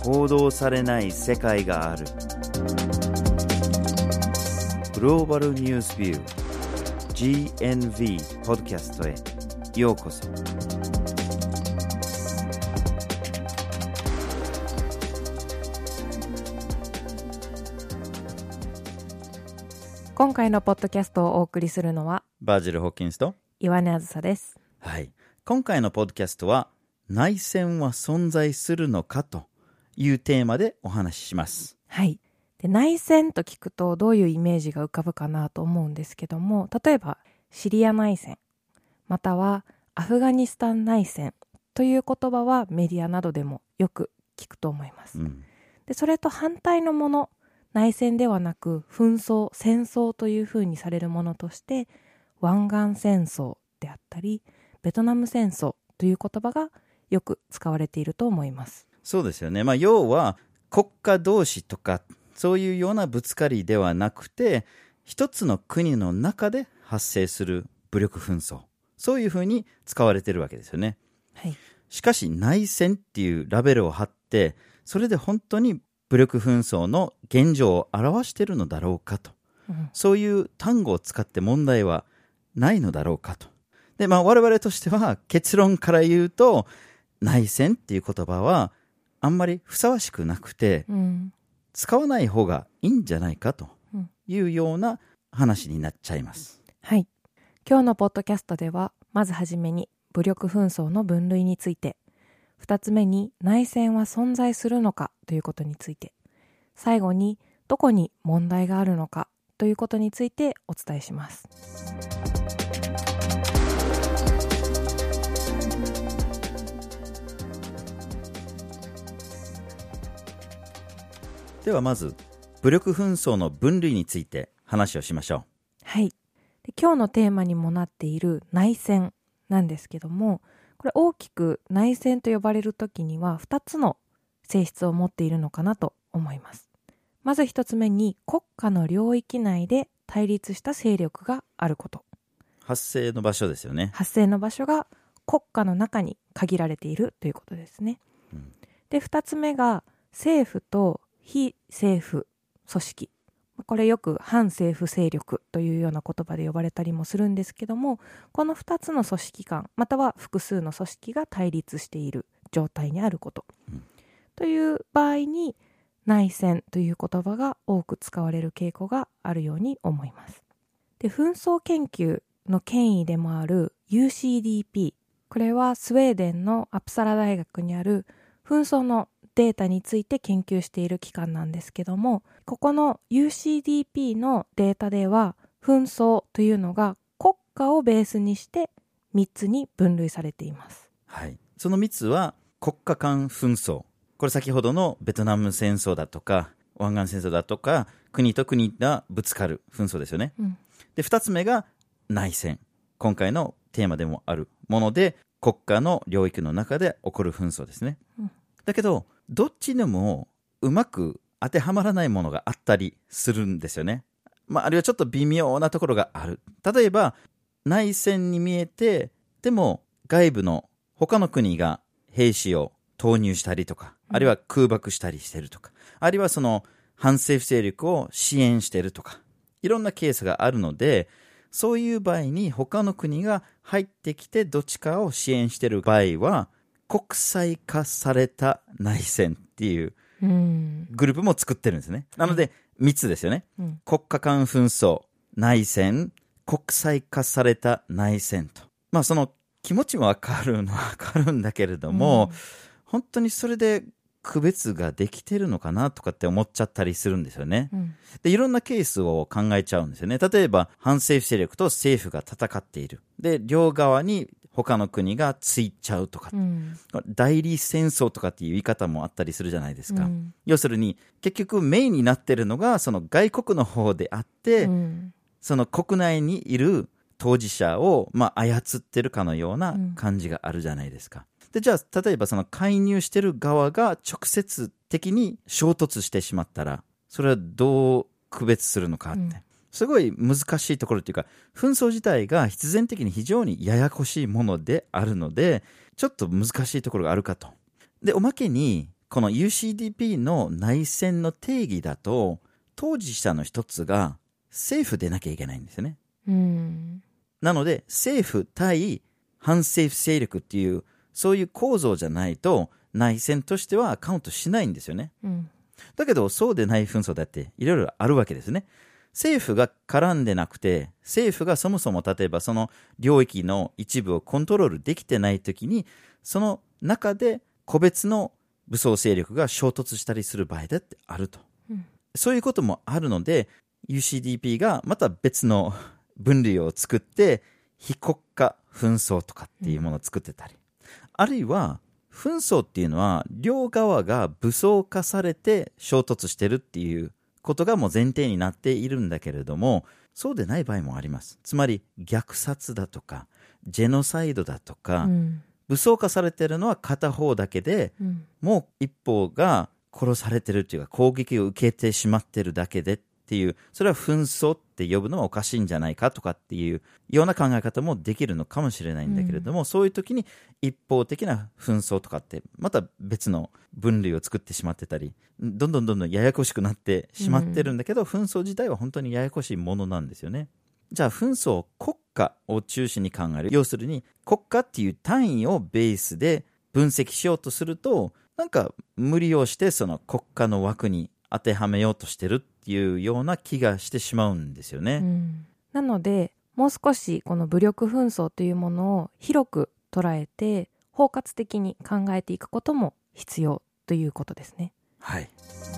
報道されない世界がある。グローバルニュースビュー GNV ポッドキャストへようこそ。 今回のポッドキャストをお送りするのはバージル・ホッキンスと岩根あずさです。 はい、今回のポッドキャストは内戦は存在するのかというテーマでお話しします。 はい。で、内戦と聞くとどういうイメージが浮かぶかなと思うんですけども、例えばシリア内戦またはアフガニスタン内戦という言葉はメディアなどでもよく聞くと思います。で、それと反対のもの、内戦ではなく紛争、戦争というふうにされるものとして湾岸戦争であったりベトナム戦争という言葉がよく使われていると思います。 そうですよね。要は国家同士とかそういうようなぶつかりではなくて、一つの国の中で発生する武力紛争、そういうふうに使われているわけですよね。 はい。 しかし内戦っていうラベルを貼って、それで本当に武力紛争の現状を表しているのだろうかと、そういう単語を使って問題はないのだろうかと。で、我々としては結論から言うと、内戦っていう言葉はあんまりふさわしくなくて、使わない方がいいんじゃないかというような話になっちゃいます。 はい。今日のポッドキャストでは、まずはじめに武力紛争の分類について、2つ目に内戦は存在するのかということについて、最後にどこに問題があるのかということについてお伝えします。 ではまず武力紛争の分類について話をしましょう。 はい。で、今日のテーマにもなっている内戦なんですけども、これ大きく内戦と呼ばれるときには2つの性質を持っているのかなと思います。まず1つ目に国家の領域内で対立した勢力があること。 発生の場所ですよね。 発生の場所が国家の中に限られているということですね。で、2つ目が政府と非政府組織。これよく反政府勢力というような言葉で呼ばれたりもするんですけども、この2つの組織間または複数の組織が対立している状態にあること、という場合に内戦という言葉が多く使われる傾向があるように思います。で、紛争研究の権威でもある UCDP、 これはスウェーデンのアプサラ大学にある紛争のデータについて研究している機関なんですけども、ここの UCDP のデータでは紛争というのが国家をベースにして3つに分類されています。 はい。その3つは国家間紛争、これ先ほどのベトナム戦争だとか湾岸戦争だとか国と国がぶつかる紛争ですよね。で、2つ目が内戦、今回のテーマでもあるもので国家の領域の中で起こる紛争ですね。だけどどっちでもうまく当てはまらないものがあったりするんですよね。あるいはちょっと微妙なところがある。例えば内戦に見えて、でも外部の他の国が兵士を投入したりとか、あるいは空爆したりしてるとか、あるいはその反政府勢力を支援してるとか、いろんなケースがあるので、そういう場合に他の国が入ってきてどっちかを支援してる場合は国際化された内戦っていうグループも作ってるんですね。なので3つですよね。国家間紛争、内戦、国際化された内戦と。その気持ちもわかるのはわかるんだけれども、本当にそれで区別ができてるのかなとかって思っちゃったりするんですよね。で、いろんなケースを考えちゃうんですよね。例えば反政府勢力と政府が戦っている。で、両側に他の国がついちゃうとか、代理戦争とかっていう言い方もあったりするじゃないですか。要するに結局メインになってるのがその外国の方であって、その国内にいる当事者を操ってるかのような感じがあるじゃないですか。で、じゃあ例えばその介入してる側が直接的に衝突してしまったら、それはどう区別するのかって、すごい難しいところというか、紛争自体が必然的に非常にややこしいものであるので、ちょっと難しいところがあるかと。で、おまけにこの UCDP の内戦の定義だと、当事者の一つが政府でなきゃいけないんですよね。なので、政府対反政府勢力っていう、そういう構造じゃないと、内戦としてはカウントしないんですよね。だけど、そうでない紛争だっていろいろあるわけですね。政府が絡んでなくて、政府がそもそも例えばその領域の一部をコントロールできてないときに、その中で個別の武装勢力が衝突したりする場合だってあると。そういうこともあるので、UCDP がまた別の分類を作って、非国家紛争とかっていうものを作ってたり。あるいは、紛争っていうのは、両側が武装化されて衝突してるっていうことがもう前提になっているんだけれども、そうでない場合もあります。つまり、虐殺だとか、ジェノサイドだとか、武装化されてるのは片方だけで、もう一方が殺されてるっていうか、攻撃を受けてしまってるだけでっていう、それは紛争って呼ぶのはおかしいんじゃないかとかっていうような考え方もできるのかもしれないんだけれども、そういう時に一方的な紛争とかってまた別の分類を作ってしまってたり、どんどんややこしくなってしまってるんだけど、紛争自体は本当にややこしいものなんですよね。じゃあ紛争を国家を中心に考える。要するに国家っていう単位をベースで分析しようとすると、なんか無理をしてその国家の枠に当てはめようとしてるっていうような気がしてしまうんですよね。 なのでもう少しこの武力紛争というものを広く捉えて包括的に考えていくことも必要ということですね。 はい。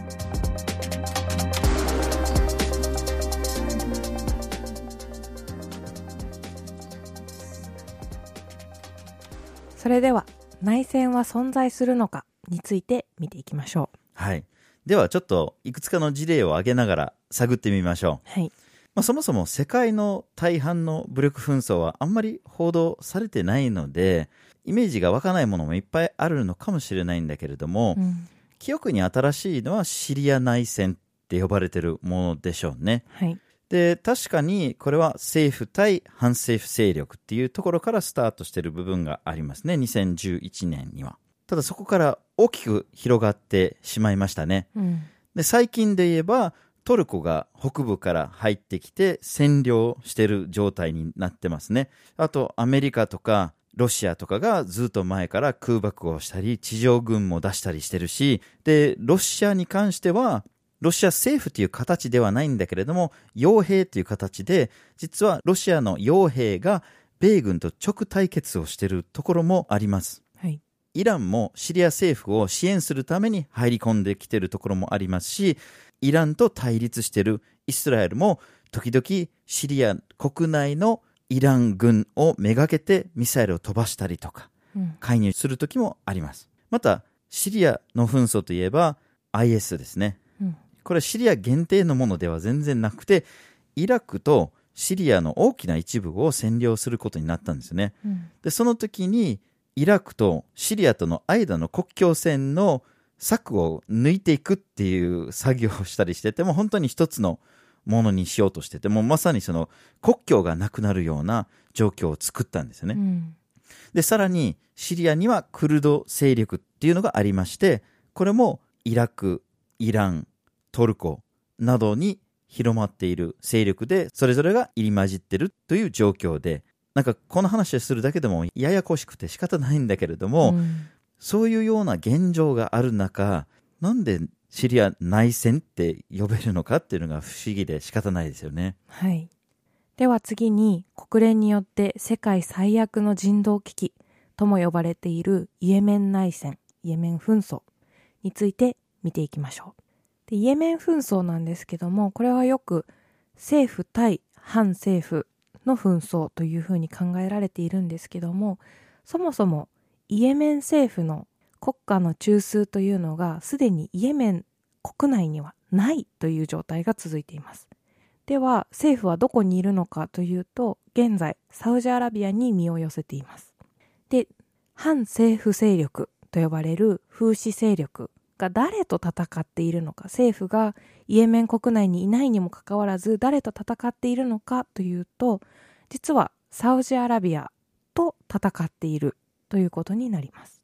それでは内戦は存在するのかについて見ていきましょう。 はい。ではちょっといくつかの事例を挙げながら探ってみましょう。 はい。 そもそも世界の大半の武力紛争はあんまり報道されてないので、イメージが湧かないものもいっぱいあるのかもしれないんだけれども、記憶に新しいのはシリア内戦って呼ばれてるものでしょうね。 はい。 で、確かにこれは政府対反政府勢力っていうところからスタートしている部分がありますね。2011年には。ただそこから大きく広がってしまいましたね。で、最近で言えばトルコが北部から入ってきて占領している状態になってますね。あとアメリカとかロシアとかがずっと前から空爆をしたり地上軍も出したりしてるし、で、ロシアに関してはロシア政府という形ではないんだけれども、傭兵という形で、実はロシアの傭兵が米軍と直対決をしているところもあります。 はい。 イランもシリア政府を支援するために入り込んできているところもありますし、イランと対立しているイスラエルも時々シリア国内のイラン軍をめがけてミサイルを飛ばしたりとか、介入する時もあります。また、シリアの紛争といえば IS ですね。これはシリア限定のものでは全然なくて、イラクとシリアの大きな一部を占領することになったんですね。で、その時にイラクとシリアとの間の国境線の柵を抜いていくっていう作業をしたりしてても、本当に一つのものにしようとしてても、まさにその国境がなくなるような状況を作ったんですよね。で、さらにシリアにはクルド勢力っていうのがありまして、これもイラク、イラン、トルコなどに広まっている勢力で、それぞれが入り混じってるという状況で、なんかこの話をするだけでもややこしくて仕方ないんだけれども、そういうような現状がある中、なんでシリア内戦って呼べるのかっていうのが不思議で仕方ないですよね。 はい。では次に国連によって世界最悪の人道危機とも呼ばれているイエメン内戦、イエメン紛争について見ていきましょう。で、イエメン紛争なんですけども、これはよく政府対反政府の紛争というふうに考えられているんですけども、そもそもイエメン政府の国家の中枢というのがすでにイエメン国内にはないという状態が続いています。では政府はどこにいるのかというと、現在サウジアラビアに身を寄せています。で、反政府勢力と呼ばれる風刺勢力が誰と戦っているのか、政府がイエメン国内にいないにもかかわらず誰と戦っているのかというと、実はサウジアラビアと戦っているということになります。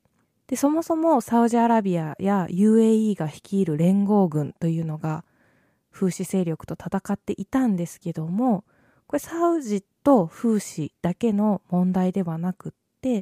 で、そもそもサウジアラビアや UAE が率いる連合軍というのがフーシ勢力と戦っていたんですけども、これサウジとフーシだけの問題ではなくって、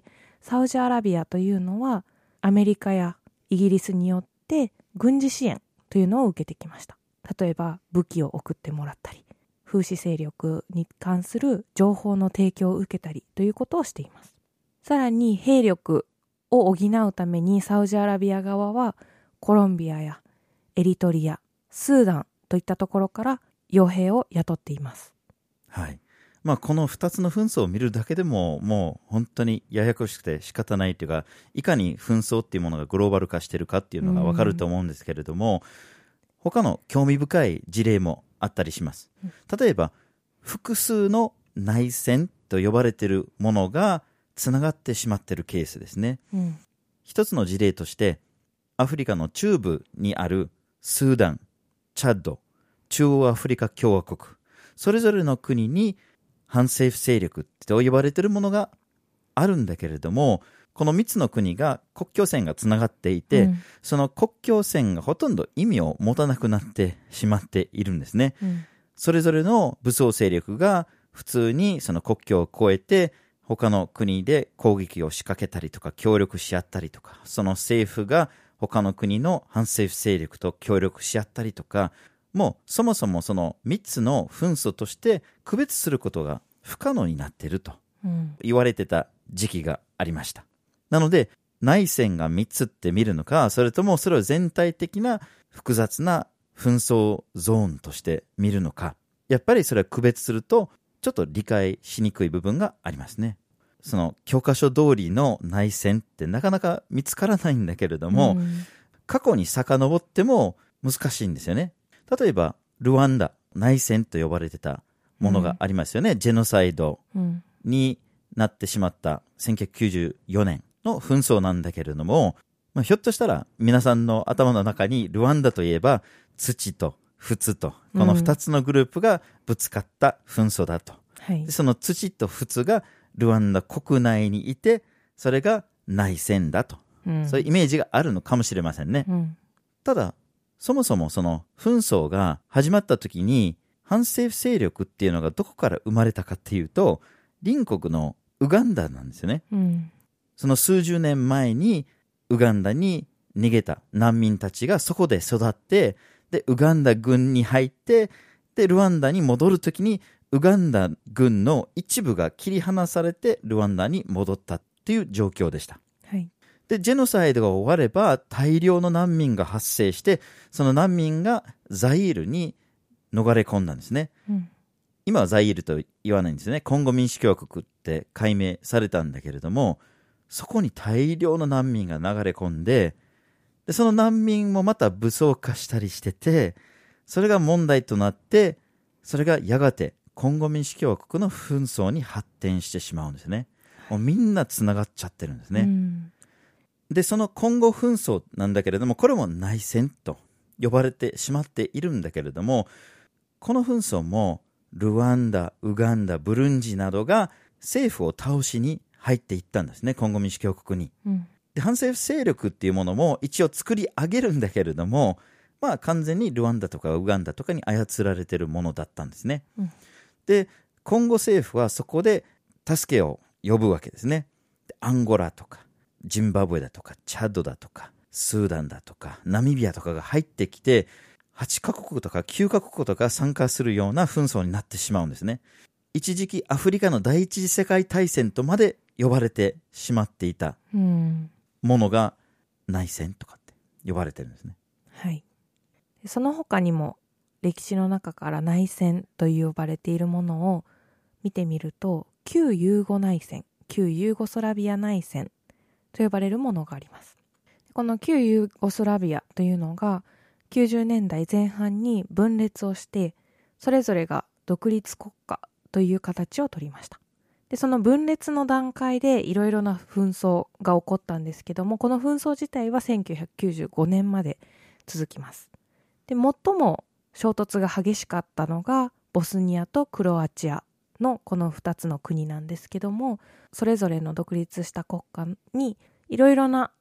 サウジアラビアというのはアメリカやイギリスによって軍事支援というのを受けてきました。例えば武器を送ってもらったり、フーシ勢力に関する情報の提供を受けたりということをしています。さらに兵力を補うためにサウジアラビア側はコロンビアやエリトリア、スーダンといったところから傭兵を雇っています。 はい。この2つの紛争を見るだけでももう本当にややこしくて仕方ないというか、いかに紛争っていうものがグローバル化しているかっていうのがわかると思うんですけれども、他の興味深い事例もあったりします。例えば複数の内戦と呼ばれているものがつながってしまっているケースですね。一つの事例としてアフリカの中部にあるスーダン、チャッド、中央アフリカ共和国、それぞれの国に反政府勢力と呼ばれているものがあるんだけれども、この3つの国が国境線がつながっていて、その国境線がほとんど意味を持たなくなってしまっているんですね。それぞれの武装勢力が普通にその国境を越えて他の国で攻撃を仕掛けたりとか協力し合ったりとか、その政府が他の国の反政府勢力と協力し合ったりとか、もうそもそもその3つの紛争として区別することが不可能になっていると言われてた時期がありました。なので内戦が3つって見るのか、それともそれを全体的な複雑な紛争ゾーンとして見るのか、やっぱりそれは区別するとちょっと理解しにくい部分がありますね。その教科書通りの内戦ってなかなか見つからないんだけれども、過去に遡っても難しいんですよね。例えばルワンダ、内戦と呼ばれてたものがありますよね。ジェノサイドになってしまった1994年の紛争なんだけれども、ひょっとしたら皆さんの頭の中にルワンダといえば土と仏とこの2つのグループがぶつかった紛争だと、でその土と仏がルワンダ国内にいて、それが内戦だと、そういうイメージがあるのかもしれませんね。ただそもそもその紛争が始まった時に反政府勢力っていうのがどこから生まれたかっていうと、隣国のウガンダなんですよね。その数十年前にウガンダに逃げた難民たちがそこで育って、でウガンダ軍に入って、でルワンダに戻るときにウガンダ軍の一部が切り離されてルワンダに戻ったっていう状況でした。でジェノサイドが終われば大量の難民が発生して、その難民がザイールに逃れ込んだんですね。今はザイールと言わないんですね。コンゴ民主共和国って改名されたんだけれども、そこに大量の難民が流れ込んで、でその難民もまた武装化したりしてて、それが問題となって、それがやがてコンゴ民主共和国の紛争に発展してしまうんですね。もうみんなつながっちゃってるんですね。でそのコンゴ紛争なんだけれども、これも内戦と呼ばれてしまっているんだけれども、この紛争もルワンダ、ウガンダ、ブルンジなどが政府を倒しに入っていったんですね、コンゴ民主共和国に。で反政府勢力っていうものも一応作り上げるんだけれども、完全にルワンダとかウガンダとかに操られているものだったんですね。でコンゴ政府はそこで助けを呼ぶわけですね。でアンゴラとかジンバブエだとかチャドだとかスーダンだとかナミビアとかが入ってきて、8カ国とか9カ国とか参加するような紛争になってしまうんですね。一時期アフリカの第一次世界大戦とまで呼ばれてしまっていたものが内戦とかって呼ばれてるんですね。 その他にも歴史の中から内戦と呼ばれているものを見てみると、旧ユーゴ内戦、旧ユーゴスラビア内戦と呼ばれるものがあります。この旧ユーゴスラビアというのが90年代前半に分裂をして、それぞれが独立国家という形を取りました。でその分裂の段階でいろいろな紛争が起こったんですけども、この紛争自体は1995年まで続きます。で最も衝突が激しかったのがボスニアとクロアチアのこの2つの国なんですけども、それぞれの独立した国家にいろいろな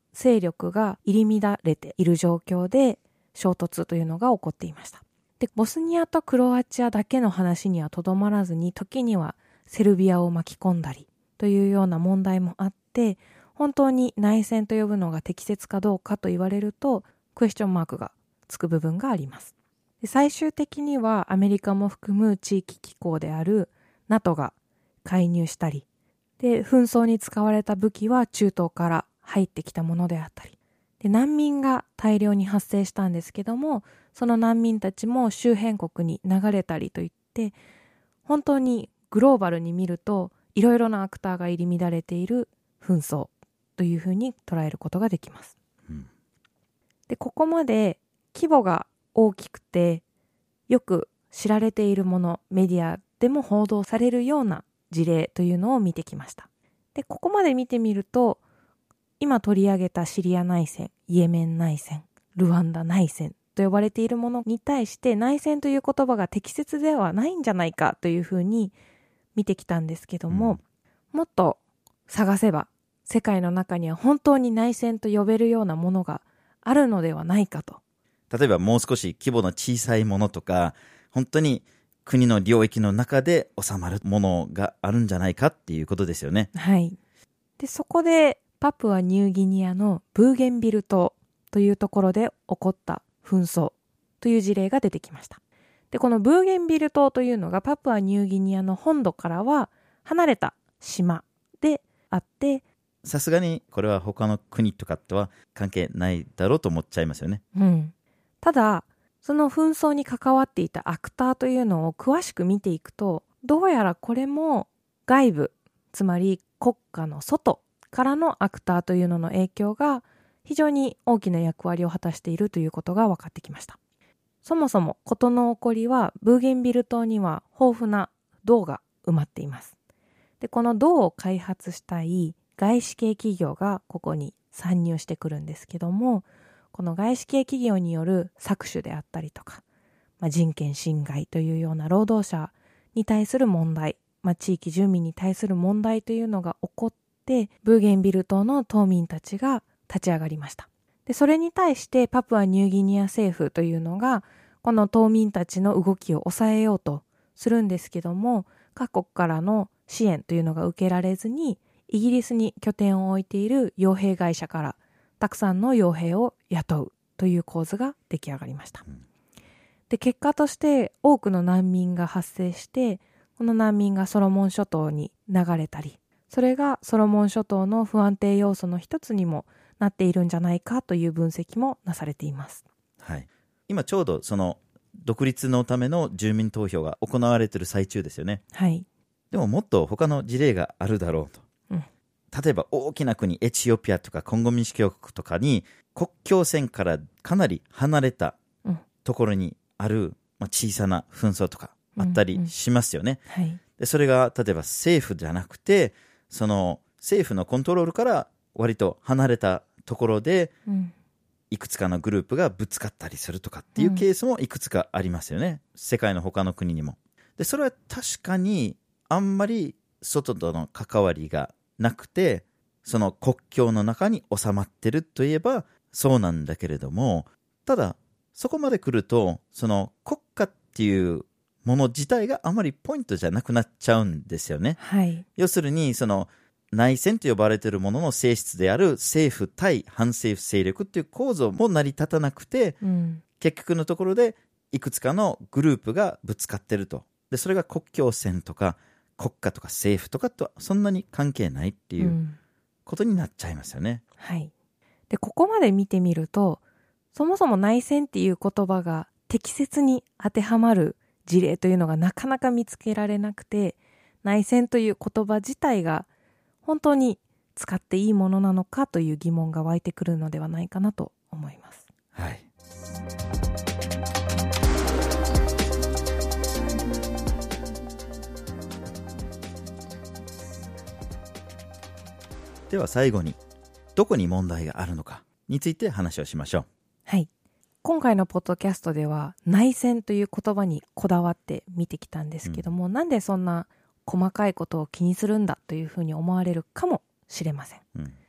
勢力が入り乱れている状況で衝突というのが起こっていました。で、ボスニアとクロアチアだけの話にはとどまらずに、時にはセルビアを巻き込んだりというような問題もあって、本当に内戦と呼ぶのが適切かどうかと言われるとクエスチョンマークがつく部分があります。で、最終的にはアメリカも含む地域機構である NATO が介入したり、で紛争に使われた武器は中東から入ってきたものであったり、で難民が大量に発生したんですけども、その難民たちも周辺国に流れたりといって、本当にグローバルに見るといろいろなアクターが入り乱れている紛争というふうに捉えることができます。で、ここまで規模が大きくてよく知られているもの、メディアでも報道されるような事例というのを見てきました。で、ここまで見てみると、今取り上げたシリア内戦、イエメン内戦、ルワンダ内戦と呼ばれているものに対して内戦という言葉が適切ではないんじゃないかというふうに見てきたんですけども、もっと探せば世界の中には本当に内戦と呼べるようなものがあるのではないかと。 例えばもう少し規模の小さいものとか、本当に国の領域の中で収まるものがあるんじゃないかっていうことですよね。 はい。で、そこでパプアニューギニアのブーゲンビル島というところで起こった紛争という事例が出てきました。で、このブーゲンビル島というのがパプアニューギニアの本土からは離れた島であって、 さすがにこれは他の国とかとは関係ないだろうと思っちゃいますよね。 ただ、その紛争に関わっていたアクターというのを詳しく見ていくと、どうやらこれも外部、つまり国家の外からのアクターというのの影響が非常に大きな役割を果たしているということが分かってきました。そもそも事の起こりはブーゲンビル島には豊富な銅が埋まっています。で、この銅を開発したい外資系企業がここに参入してくるんですけども、この外資系企業による搾取であったりとか、人権侵害というような労働者に対する問題、地域住民に対する問題というのが起こって、ブーゲンビル島の島民たちが立ち上がりました。で、それに対してパプアニューギニア政府というのがこの島民たちの動きを抑えようとするんですけども、各国からの支援というのが受けられずに、イギリスに拠点を置いている傭兵会社からたくさんの傭兵を雇うという構図が出来上がりました。で、結果として多くの難民が発生して、この難民がソロモン諸島に流れたり、それがソロモン諸島の不安定要素の一つにもなっているんじゃないかという分析もなされています。 はい。今ちょうどその独立のための住民投票が行われている最中ですよね。 はい。 でももっと他の事例があるだろうと。例えば大きな国エチオピアとかコンゴ民主共和国とかに国境線からかなり離れたところにある、小さな紛争とかあったりしますよね。 はい。 でそれが例えば政府じゃなくて、その政府のコントロールから割と離れたところで、いくつかのグループがぶつかったりするとかっていうケースもいくつかありますよね。世界の他の国にも。でそれは確かにあんまり外との関わりがなくて、その国境の中に収まってるといえばそうなんだけれども、ただそこまで来るとその国家っていうもの自体があまりポイントじゃなくなっちゃうんですよね。 はい。 要するにその内戦と呼ばれているものの性質である政府対反政府勢力っていう構造も成り立たなくて、結局のところでいくつかのグループがぶつかってると。でそれが国境線とか国家とか政府とかとはそんなに関係ないっていうことになっちゃいますよね。 はい。で、ここまで見てみると、そもそも内戦っていう言葉が適切に当てはまる事例というのがなかなか見つけられなくて、内戦という言葉自体が本当に使っていいものなのかという疑問が湧いてくるのではないかなと思います。 はい。では最後にどこに問題があるのかについて話をしましょう。 はい。今回のポッドキャストでは内戦という言葉にこだわって見てきたんですけども、なんでそんな細かいことを気にするんだというふうに思われるかもしれません。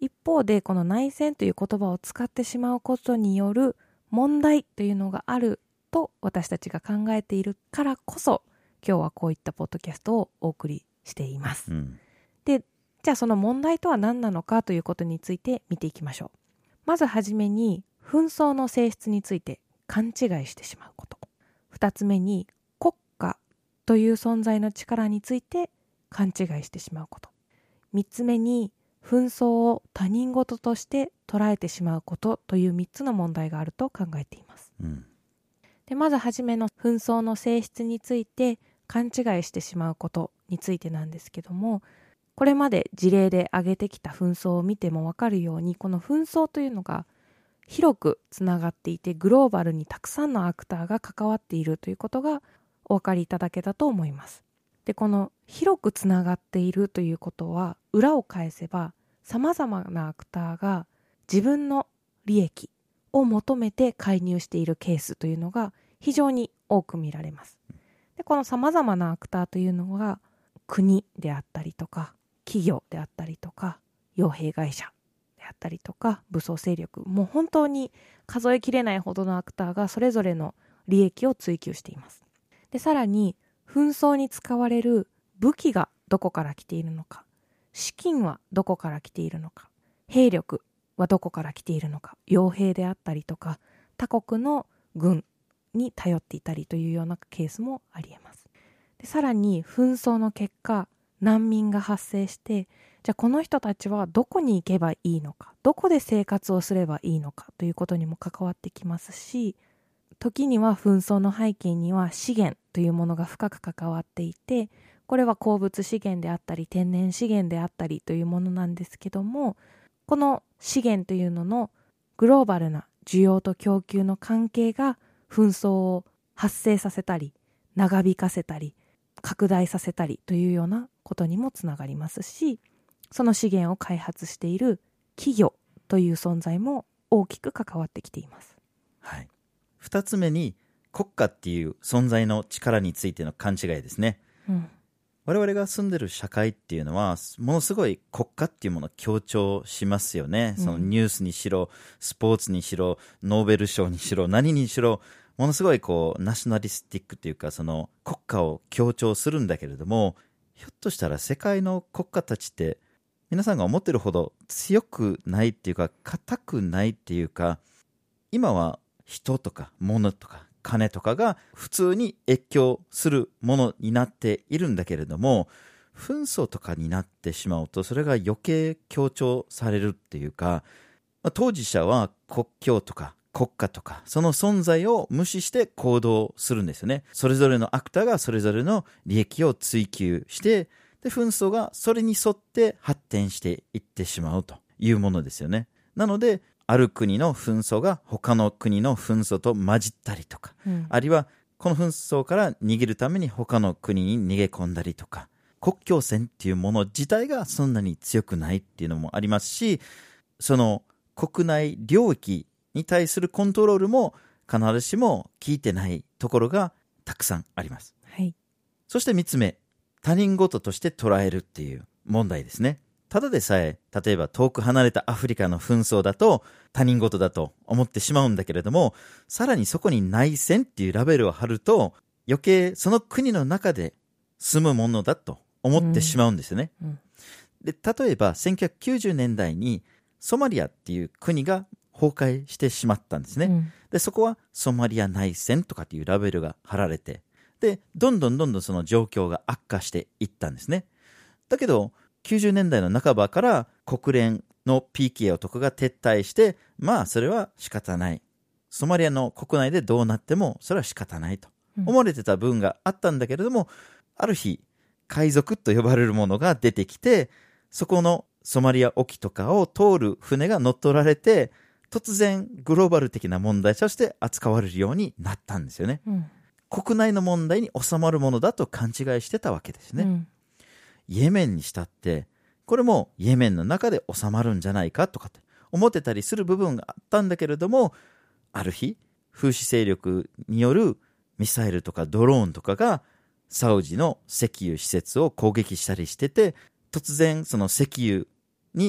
一方でこの内戦という言葉を使ってしまうことによる問題というのがあると私たちが考えているからこそ、今日はこういったポッドキャストをお送りしています。で、じゃあその問題とは何なのかということについて見ていきましょう。まずはじめに紛争の性質について勘違いしてしまうこと。二つ目に国家という存在の力について勘違いしてしまうこと。三つ目に紛争を他人事として捉えてしまうことという3つの問題があると考えています。で、まずはじめの紛争の性質について勘違いしてしまうことについてなんですけども、これまで事例で挙げてきた紛争を見ても分かるように、この紛争というのが広くつながっていて、グローバルにたくさんのアクターが関わっているということがお分かりいただけたと思います。で、この広くつながっているということは、裏を返せば様々なアクターが自分の利益を求めて介入しているケースというのが非常に多く見られます。で、この様々なアクターというのが国であったりとか、企業であったりとか、傭兵会社であったりとか、武装勢力、もう本当に数えきれないほどのアクターがそれぞれの利益を追求しています。で、さらに紛争に使われる武器がどこから来ているのか、資金はどこから来ているのか、兵力はどこから来ているのか、傭兵であったりとか、他国の軍に頼っていたりというようなケースもあり得ます。で、さらに紛争の結果、難民が発生して、じゃあこの人たちはどこに行けばいいのか、どこで生活をすればいいのかということにも関わってきますし、時には紛争の背景には資源というものが深く関わっていて、これは鉱物資源であったり天然資源であったりというものなんですけども、この資源というののグローバルな需要と供給の関係が紛争を発生させたり、長引かせたり、拡大させたりというようなことにもつながりますし、その資源を開発している企業という存在も大きく関わってきています。 はい。2つ目に国家っていう存在の力についての勘違いですね。我々が住んでる社会っていうのはものすごい国家っていうものを強調しますよね。そのニュースにしろ、スポーツにしろ、ノーベル賞にしろ、何にしろ、ものすごいこうナショナリスティックというか、その国家を強調するんだけれども、ひょっとしたら世界の国家たちって皆さんが思ってるほど強くないっていうか、固くないっていうか、今は人とか物とか金とかが普通に越境するものになっているんだけれども、紛争とかになってしまうとそれが余計強調されるっていうか、当事者は国境とか国家とかその存在を無視して行動するんですよね。それぞれのアクターがそれぞれの利益を追求して、で紛争がそれに沿って発展していってしまうというものですよね。なのである国の紛争が他の国の紛争と混じったりとか、あるいはこの紛争から逃げるために他の国に逃げ込んだりとか、国境線っていうもの自体がそんなに強くないっていうのもありますし、その国内領域に対するコントロールも必ずしも効いてないところがたくさんあります。 はい。 そして3つ目、他人事として捉えるっていう問題ですね。ただでさえ、例えば遠く離れたアフリカの紛争だと他人事だと思ってしまうんだけれども、さらにそこに内戦っていうラベルを貼ると、余計その国の中で住むものだと思ってしまうんですよね。で、例えば1990年代にソマリアっていう国が崩壊してしまったんですね。で、そこはソマリア内戦とかっていうラベルが貼られて、で、どんどんその状況が悪化していったんですね。だけど、90年代の半ばから国連の PKO とかが撤退して、まあそれは仕方ない。ソマリアの国内でどうなってもそれは仕方ないと思われてた分があったんだけれども、ある日、海賊と呼ばれるものが出てきて、そこのソマリア沖とかを通る船が乗っ取られて、突然グローバル的な問題として扱われるようになったんですよね。国内の問題に収まるものだと勘違いしてたわけですね。イエメンにしたってこれもイエメンの中で収まるんじゃないかとかって思ってたりする部分があったんだけれども、ある日風刺勢力によるミサイルとかドローンとかがサウジの石油施設を攻撃したりしてて、突然その石油に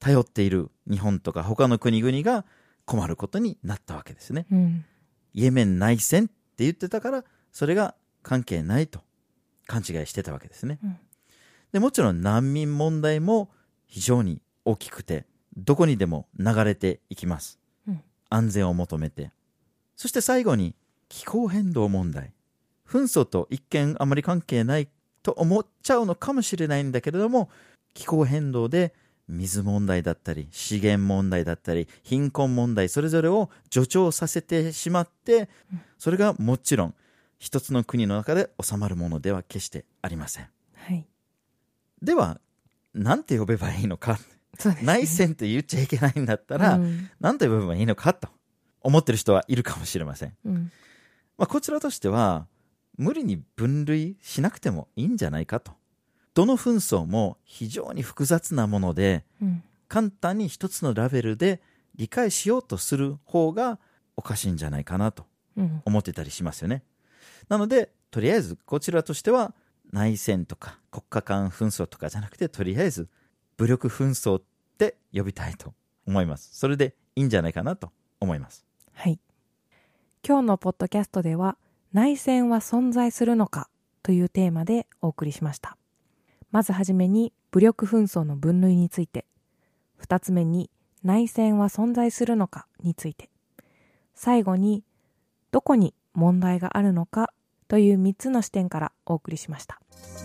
頼っている日本とか他の国々が困ることになったわけですね。イエメン内戦って言ってたから、それが関係ないと勘違いしてたわけですね。でもちろん難民問題も非常に大きくて、どこにでも流れていきます。安全を求めて。そして最後に気候変動問題。紛争と一見あまり関係ないと思っちゃうのかもしれないんだけれども、気候変動で水問題だったり資源問題だったり貧困問題、それぞれを助長させてしまって、それがもちろん一つの国の中で収まるものでは決してありません。では何て呼べばいいのか、内戦って言っちゃいけないんだったら、何て呼べばいいのかと思ってる人はいるかもしれません。こちらとしては無理に分類しなくてもいいんじゃないかと。どの紛争も非常に複雑なもので、簡単に一つのラベルで理解しようとする方がおかしいんじゃないかなと思ってたりしますよね。なのでとりあえずこちらとしては内戦とか国家間紛争とかじゃなくて、とりあえず武力紛争って呼びたいと思います。それでいいんじゃないかなと思います。 はい。今日のポッドキャストでは、内戦は存在するのかというテーマでお送りしました。まずはじめに武力紛争の分類について、2つ目に内戦は存在するのかについて、最後にどこに問題があるのかという3つの視点からお送りしました。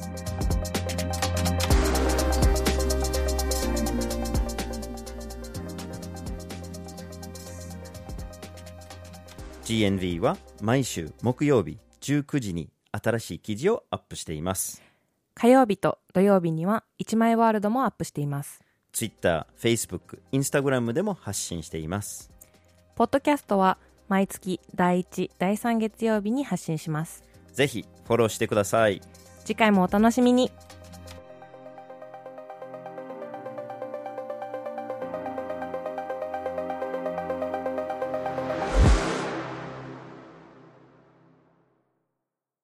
GNV は毎週木曜日19時に新しい記事をアップしています。 火曜日と土曜日には一枚ワールドもアップしています。 Twitter、Facebook、Instagram でも発信しています。 ポッドキャストは毎月第1、第3月曜日に発信します。 ぜひフォローしてください。 次回もお楽しみに。